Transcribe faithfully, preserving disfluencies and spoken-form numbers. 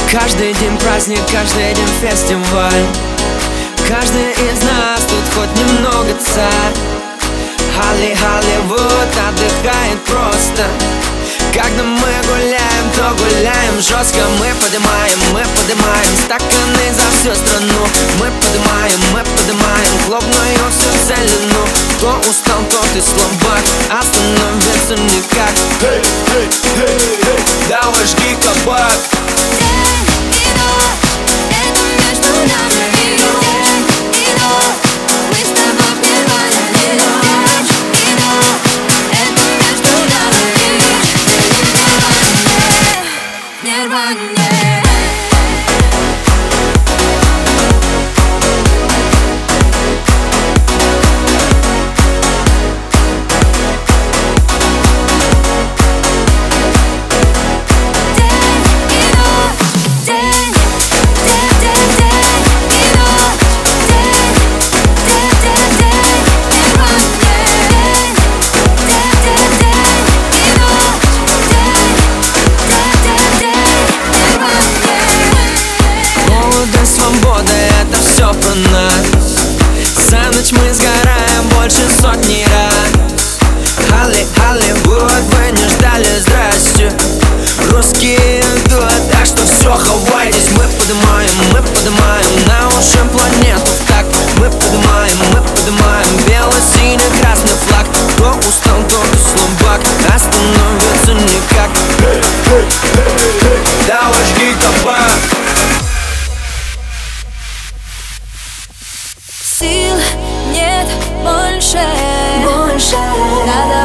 Каждый день праздник, каждый день фестиваль. Каждый из нас тут хоть немного царь. Холли, Холливуд отдыхает просто. Когда мы гуляем, то гуляем жестко. Мы поднимаем, мы поднимаем стаканы за всю страну. Мы поднимаем, мы поднимаем клубную всю целину. Кто устал, тот и слабак, остановиться никак. Эй, эй, эй, эй, давай жги кабак. Свобода, это все про нас. За ночь мы сгораем больше сотни раз. Холли, Холливуд, вы не ждали, здрасте. Русские идут, так что все, хавайтесь. Мы поднимаем, мы поднимаем на уши планету так. Мы поднимаем, мы поднимаем бело-синий-красный флаг. Кто устал, тот и слабак, остановиться никак. эй, эй, эй, эй, давай жги кабак. Сил нет больше, больше. Надо